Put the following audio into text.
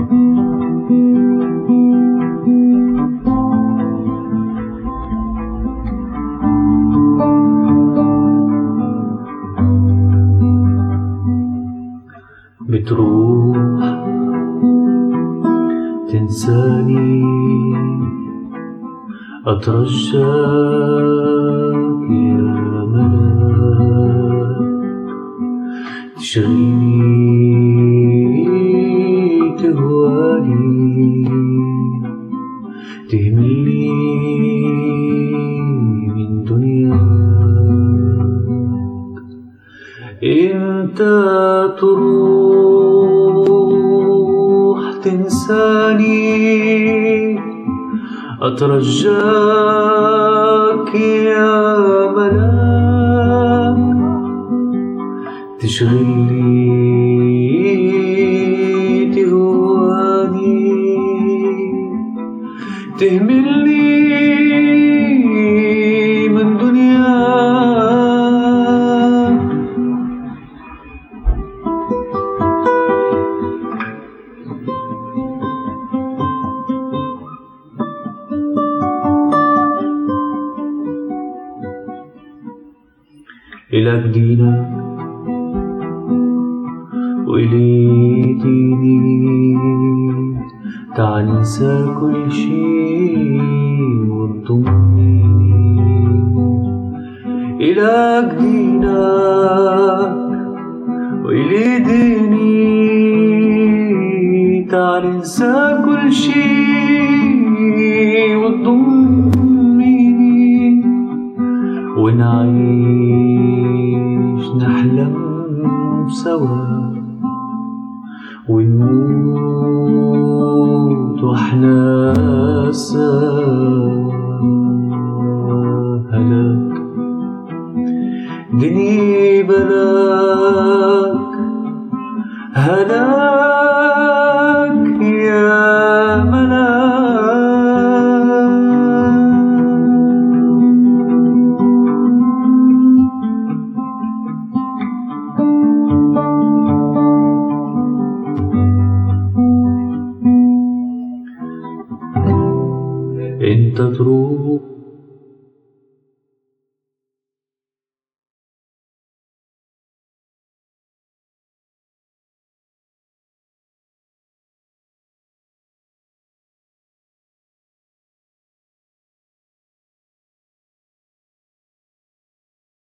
بتروح تنساني، أترجاك يا ملاك تشغلني، تهواني، تهملني من دنياك. انت تروح تنساني، أترجاك يا ملاك تشغلني، تهواني، تهملني من دنياك. إلك دينك وإلي ديني، تعال ننسى كل شي وتضمني. إلك دينك وإلي ديني، تعال ننسى كل شي وتضمني، ونعيش نحلم سوا، ونموت واحنا سوا. هلاك دني بلاك، هلاك يا ملاك. انت تروح